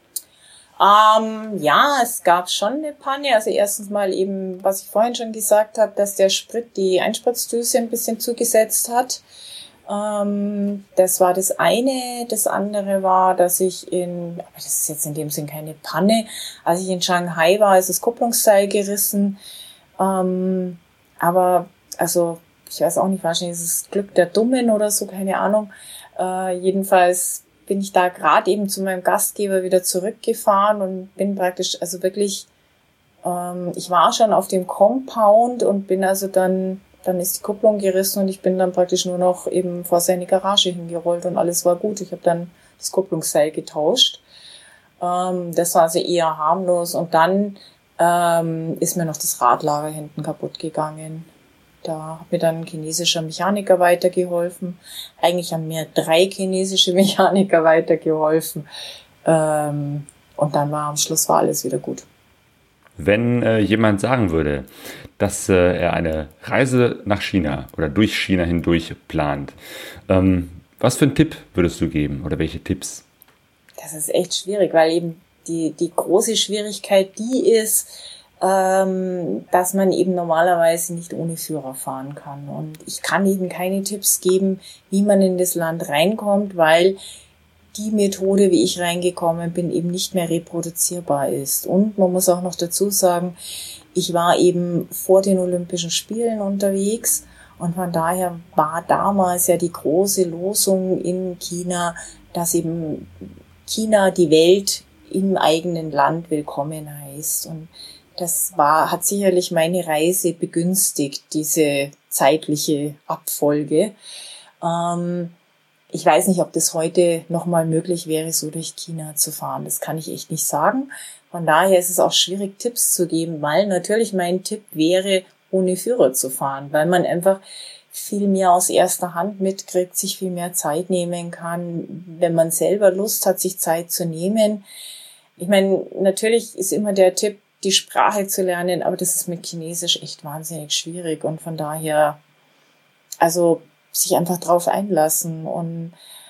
Ja, es gab schon eine Panne. Also erstens mal eben, was ich vorhin schon gesagt habe, dass der Sprit die Einspritzdüse ein bisschen zugesetzt hat. Das war das eine. Das andere war, dass ich aber das ist jetzt in dem Sinn keine Panne, als ich in Shanghai war, ist das Kupplungsseil gerissen. Aber, also, ich weiß auch nicht, wahrscheinlich ist es Glück der Dummen oder so, keine Ahnung. Jedenfalls bin ich da gerade eben zu meinem Gastgeber wieder zurückgefahren und bin praktisch, also wirklich, ich war schon auf dem Compound und bin also dann ist die Kupplung gerissen und ich bin dann praktisch nur noch eben vor seine Garage hingerollt und alles war gut. Ich habe dann das Kupplungsseil getauscht. Das war also eher harmlos und dann ist mir noch das Radlager hinten kaputt gegangen. Da hat mir dann ein chinesischer Mechaniker weitergeholfen. Eigentlich haben mir 3 chinesische Mechaniker weitergeholfen. Und dann am Schluss war alles wieder gut. Wenn jemand sagen würde, dass er eine Reise nach China oder durch China hindurch plant, was für einen Tipp würdest du geben oder welche Tipps? Das ist echt schwierig, weil eben die große Schwierigkeit die ist, dass man eben normalerweise nicht ohne Führer fahren kann. Und ich kann eben keine Tipps geben, wie man in das Land reinkommt, weil die Methode, wie ich reingekommen bin, eben nicht mehr reproduzierbar ist. Und man muss auch noch dazu sagen, ich war eben vor den Olympischen Spielen unterwegs und von daher war damals ja die große Losung in China, dass eben China die Welt im eigenen Land willkommen heißt. Und hat sicherlich meine Reise begünstigt, diese zeitliche Abfolge. Ich weiß nicht, ob das heute nochmal möglich wäre, so durch China zu fahren. Das kann ich echt nicht sagen. Von daher ist es auch schwierig, Tipps zu geben, weil natürlich mein Tipp wäre, ohne Führer zu fahren, weil man einfach viel mehr aus erster Hand mitkriegt, sich viel mehr Zeit nehmen kann, wenn man selber Lust hat, sich Zeit zu nehmen. Ich meine, natürlich ist immer der Tipp, die Sprache zu lernen, aber das ist mit Chinesisch echt wahnsinnig schwierig und von daher, also sich einfach drauf einlassen und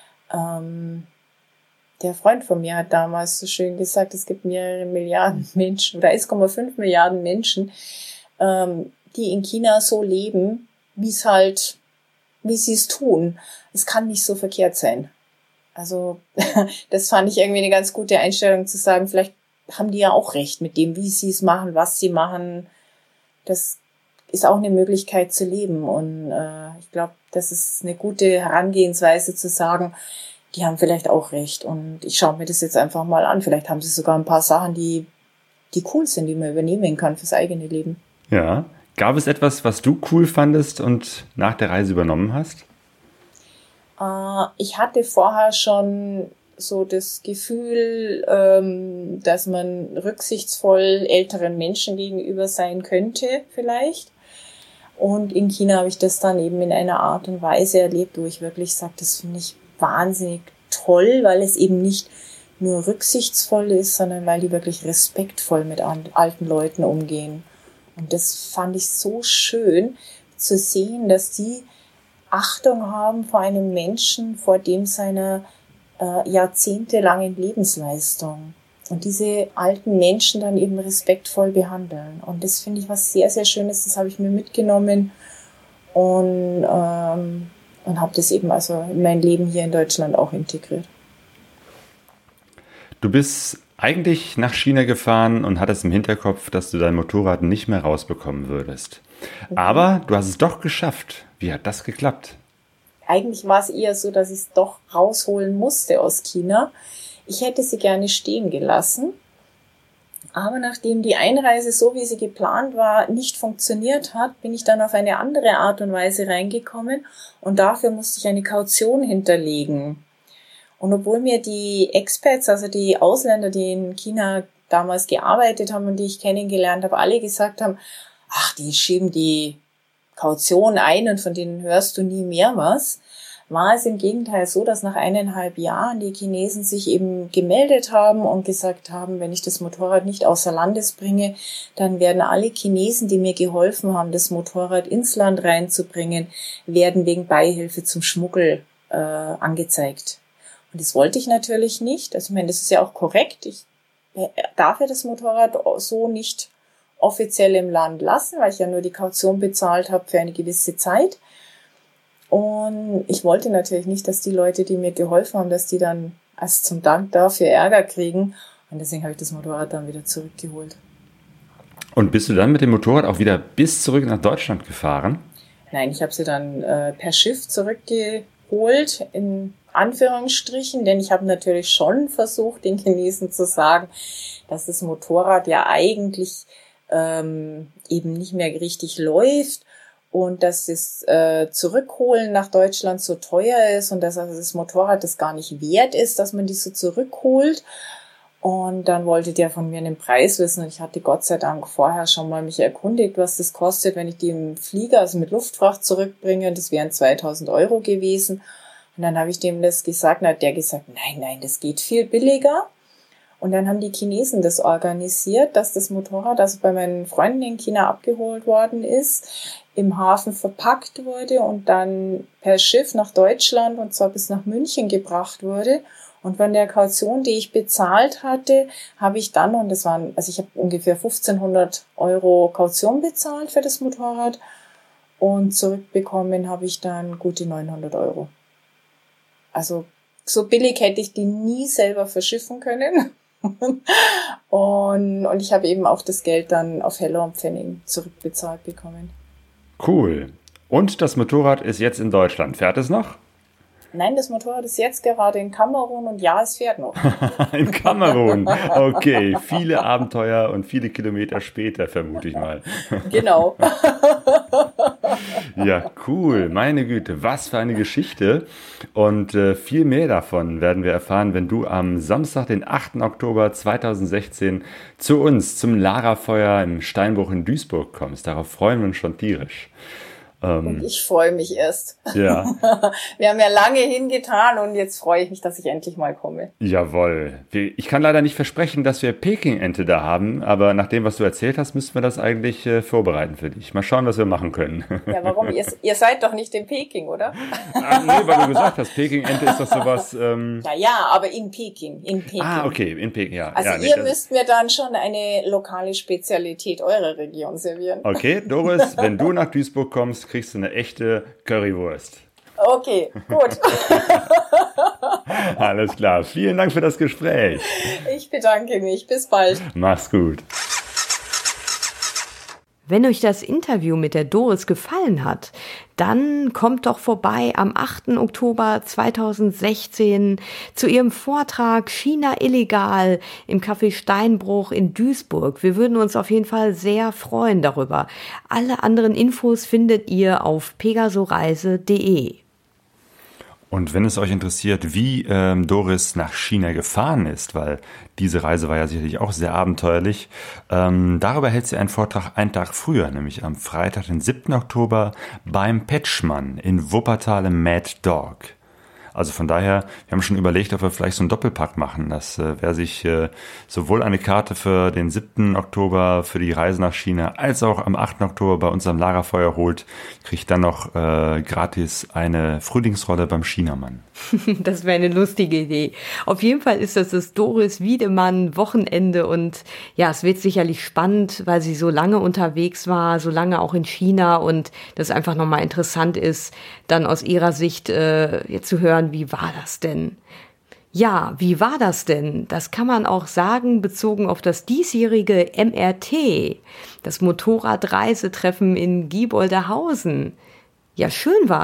der Freund von mir hat damals so schön gesagt, es gibt mehrere Milliarden Menschen oder 1,5 Milliarden Menschen, die in China so leben, wie sie es tun. Es kann nicht so verkehrt sein. Also das fand ich irgendwie eine ganz gute Einstellung zu sagen, vielleicht haben die ja auch recht mit dem, wie sie es machen, was sie machen. Das ist auch eine Möglichkeit zu leben und ich glaube, das ist eine gute Herangehensweise zu sagen, die haben vielleicht auch recht und ich schaue mir das jetzt einfach mal an. Vielleicht haben sie sogar ein paar Sachen, die cool sind, die man übernehmen kann fürs eigene Leben. Ja. Gab es etwas, was du cool fandest und nach der Reise übernommen hast? Ich hatte vorher schon so das Gefühl, dass man rücksichtsvoll älteren Menschen gegenüber sein könnte vielleicht. Und in China habe ich das dann eben in einer Art und Weise erlebt, wo ich wirklich sage, das finde ich wahnsinnig toll, weil es eben nicht nur rücksichtsvoll ist, sondern weil die wirklich respektvoll mit alten Leuten umgehen. Und das fand ich so schön zu sehen, dass die Achtung haben vor einem Menschen, vor dem seiner jahrzehntelangen Lebensleistung. Und diese alten Menschen dann eben respektvoll behandeln. Und das finde ich was sehr, sehr Schönes. Das habe ich mir mitgenommen und habe das eben also in mein Leben hier in Deutschland auch integriert. Du bist eigentlich nach China gefahren und hattest im Hinterkopf, dass du dein Motorrad nicht mehr rausbekommen würdest. Aber du hast es doch geschafft. Wie hat das geklappt? eigentlich war es eher so, dass ich es doch rausholen musste aus China. Ich hätte sie gerne stehen gelassen. Aber nachdem die Einreise, so wie sie geplant war, nicht funktioniert hat, bin ich dann auf eine andere Art und Weise reingekommen und dafür musste ich eine Kaution hinterlegen. Und obwohl mir die Expats, also die Ausländer, die in China damals gearbeitet haben und die ich kennengelernt habe, alle gesagt haben, ach, die schieben die Kaution ein und von denen hörst du nie mehr was, war es im Gegenteil so, dass nach 1,5 Jahren die Chinesen sich eben gemeldet haben und gesagt haben, wenn ich das Motorrad nicht außer Landes bringe, dann werden alle Chinesen, die mir geholfen haben, das Motorrad ins Land reinzubringen, werden wegen Beihilfe zum Schmuggel angezeigt. Und das wollte ich natürlich nicht. Also ich meine, das ist ja auch korrekt. Ich darf ja das Motorrad so nicht offiziell im Land lassen, weil ich ja nur die Kaution bezahlt habe für eine gewisse Zeit. Und ich wollte natürlich nicht, dass die Leute, die mir geholfen haben, dass die dann als zum Dank dafür Ärger kriegen. Und deswegen habe ich das Motorrad dann wieder zurückgeholt. Und bist du dann mit dem Motorrad auch wieder bis zurück nach Deutschland gefahren? Nein, ich habe sie dann per Schiff zurückgeholt, in Anführungsstrichen, denn ich habe natürlich schon versucht, den Chinesen zu sagen, dass das Motorrad ja eigentlich eben nicht mehr richtig läuft. Und dass das Zurückholen nach Deutschland so teuer ist und dass also das Motorrad das gar nicht wert ist, dass man die so zurückholt. Und dann wollte der von mir einen Preis wissen und ich hatte Gott sei Dank vorher schon mal mich erkundigt, was das kostet, wenn ich die im Flieger, also mit Luftfracht zurückbringe. Das wären 2.000 Euro gewesen. Und dann habe ich dem das gesagt und hat der gesagt, nein, das geht viel billiger. Und dann haben die Chinesen das organisiert, dass das Motorrad, also bei meinen Freunden in China abgeholt worden ist, im Hafen verpackt wurde und dann per Schiff nach Deutschland und zwar bis nach München gebracht wurde. Und von der Kaution, die ich bezahlt hatte, habe ich dann, und das waren, also ich habe ungefähr 1.500 Euro Kaution bezahlt für das Motorrad und zurückbekommen habe ich dann gute 900 Euro. Also so billig hätte ich die nie selber verschiffen können. Und ich habe eben auch das Geld dann auf Heller und Pfennig zurückbezahlt bekommen. Cool. Und das Motorrad ist jetzt in Deutschland. Fährt es noch? Nein, das Motorrad ist jetzt gerade in Kamerun und ja, es fährt noch. In Kamerun. Okay, viele Abenteuer und viele Kilometer später, vermute ich mal. Genau. Ja, cool. Meine Güte, was für eine Geschichte. Und viel mehr davon werden wir erfahren, wenn du am Samstag, den 8. Oktober 2016 zu uns zum Lagerfeuer im Steinbruch in Duisburg kommst. Darauf freuen wir uns schon tierisch. Und ich freue mich erst. Ja. Wir haben ja lange hingetan und jetzt freue ich mich, dass ich endlich mal komme. Jawohl. Ich kann leider nicht versprechen, dass wir Peking-Ente da haben, aber nach dem, was du erzählt hast, müssten wir das eigentlich vorbereiten für dich. Mal schauen, was wir machen können. Ja, warum? Ihr seid doch nicht in Peking, oder? Nee, weil du gesagt hast, Peking-Ente ist doch sowas... Ja, aber in Peking. Ah, okay, in Peking, ja. Also ja, ihr müsst mir dann schon eine lokale Spezialität eurer Region servieren. Okay, Doris, wenn du nach Duisburg kommst, kriegst du eine echte Currywurst. Okay, gut. Alles klar. Vielen Dank für das Gespräch. Ich bedanke mich. Bis bald. Mach's gut. Wenn euch das Interview mit der Doris gefallen hat, dann kommt doch vorbei am 8. Oktober 2016 zu ihrem Vortrag China illegal im Café Steinbruch in Duisburg. Wir würden uns auf jeden Fall sehr freuen darüber. Alle anderen Infos findet ihr auf pegasoreise.de. Und wenn es euch interessiert, wie Doris nach China gefahren ist, weil diese Reise war ja sicherlich auch sehr abenteuerlich, darüber hält sie einen Vortrag einen Tag früher, nämlich am Freitag, den 7. Oktober beim Petschmann in Wuppertal im Mad Dog. Also von daher, wir haben schon überlegt, ob wir vielleicht so einen Doppelpack machen, dass wer sich sowohl eine Karte für den 7. Oktober für die Reise nach China als auch am 8. Oktober bei uns am Lagerfeuer holt, kriegt dann noch gratis eine Frühlingsrolle beim Chinamann. Das wäre eine lustige Idee. Auf jeden Fall ist das Doris Wiedemann Wochenende und ja, es wird sicherlich spannend, weil sie so lange unterwegs war, so lange auch in China und das einfach nochmal interessant ist, dann aus ihrer Sicht jetzt zu hören, wie war das denn? Ja, wie war das denn? Das kann man auch sagen, bezogen auf das diesjährige MRT, das Motorradreisetreffen in Gieboldehausen. Ja, schön war's.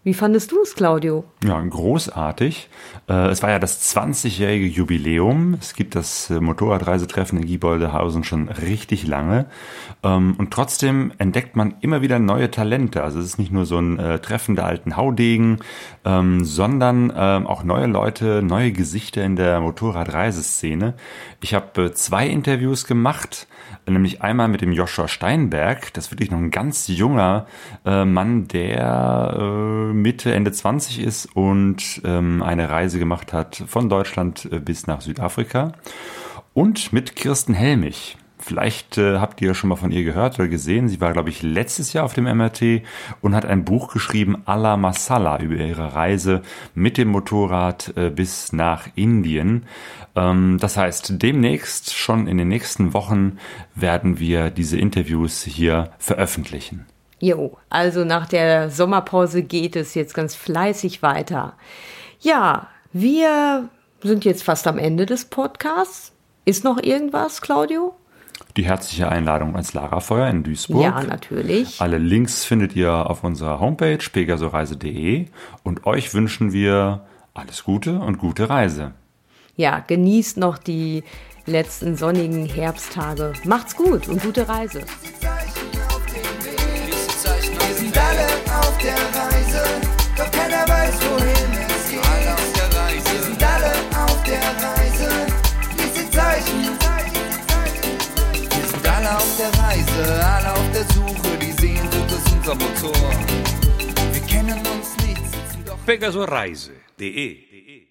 Wie fandest du es, Claudio? Ja, großartig. Es war ja das 20-jährige Jubiläum. Es gibt das Motorradreisetreffen in Gieboldehausen schon richtig lange. Und trotzdem entdeckt man immer wieder neue Talente. Also es ist nicht nur so ein Treffen der alten Haudegen, sondern auch neue Leute, neue Gesichter in der Motorradreiseszene. Ich habe 2 Interviews gemacht, nämlich einmal mit dem Joshua Steinberg. Das ist wirklich noch ein ganz junger Mann, der Mitte, Ende 20 ist und eine Reise gemacht hat von Deutschland bis nach Südafrika. Und mit Kirsten Helmich. Vielleicht habt ihr schon mal von ihr gehört oder gesehen. Sie war, glaube ich, letztes Jahr auf dem MRT und hat ein Buch geschrieben, Alla Masala, über ihre Reise mit dem Motorrad bis nach Indien. Das heißt, demnächst, schon in den nächsten Wochen, werden wir diese Interviews hier veröffentlichen. Jo, also nach der Sommerpause geht es jetzt ganz fleißig weiter. Ja, wir sind jetzt fast am Ende des Podcasts. Ist noch irgendwas, Claudio? Die herzliche Einladung ans Lagerfeuer in Duisburg. Ja, natürlich. Alle Links findet ihr auf unserer Homepage pegasoreise.de und euch wünschen wir alles Gute und gute Reise. Ja, genießt noch die letzten sonnigen Herbsttage. Macht's gut und gute Reise. Auf der Reise, doch keiner weiß, wohin es geht. Alle auf der Reise, wir sind alle auf der Reise. Diese Zeichen, wir sind alle auf der Reise, alle auf der Suche. Die Sehnsucht ist unser Motor. Wir kennen uns nicht, sitzen doch. Pegasoreise.de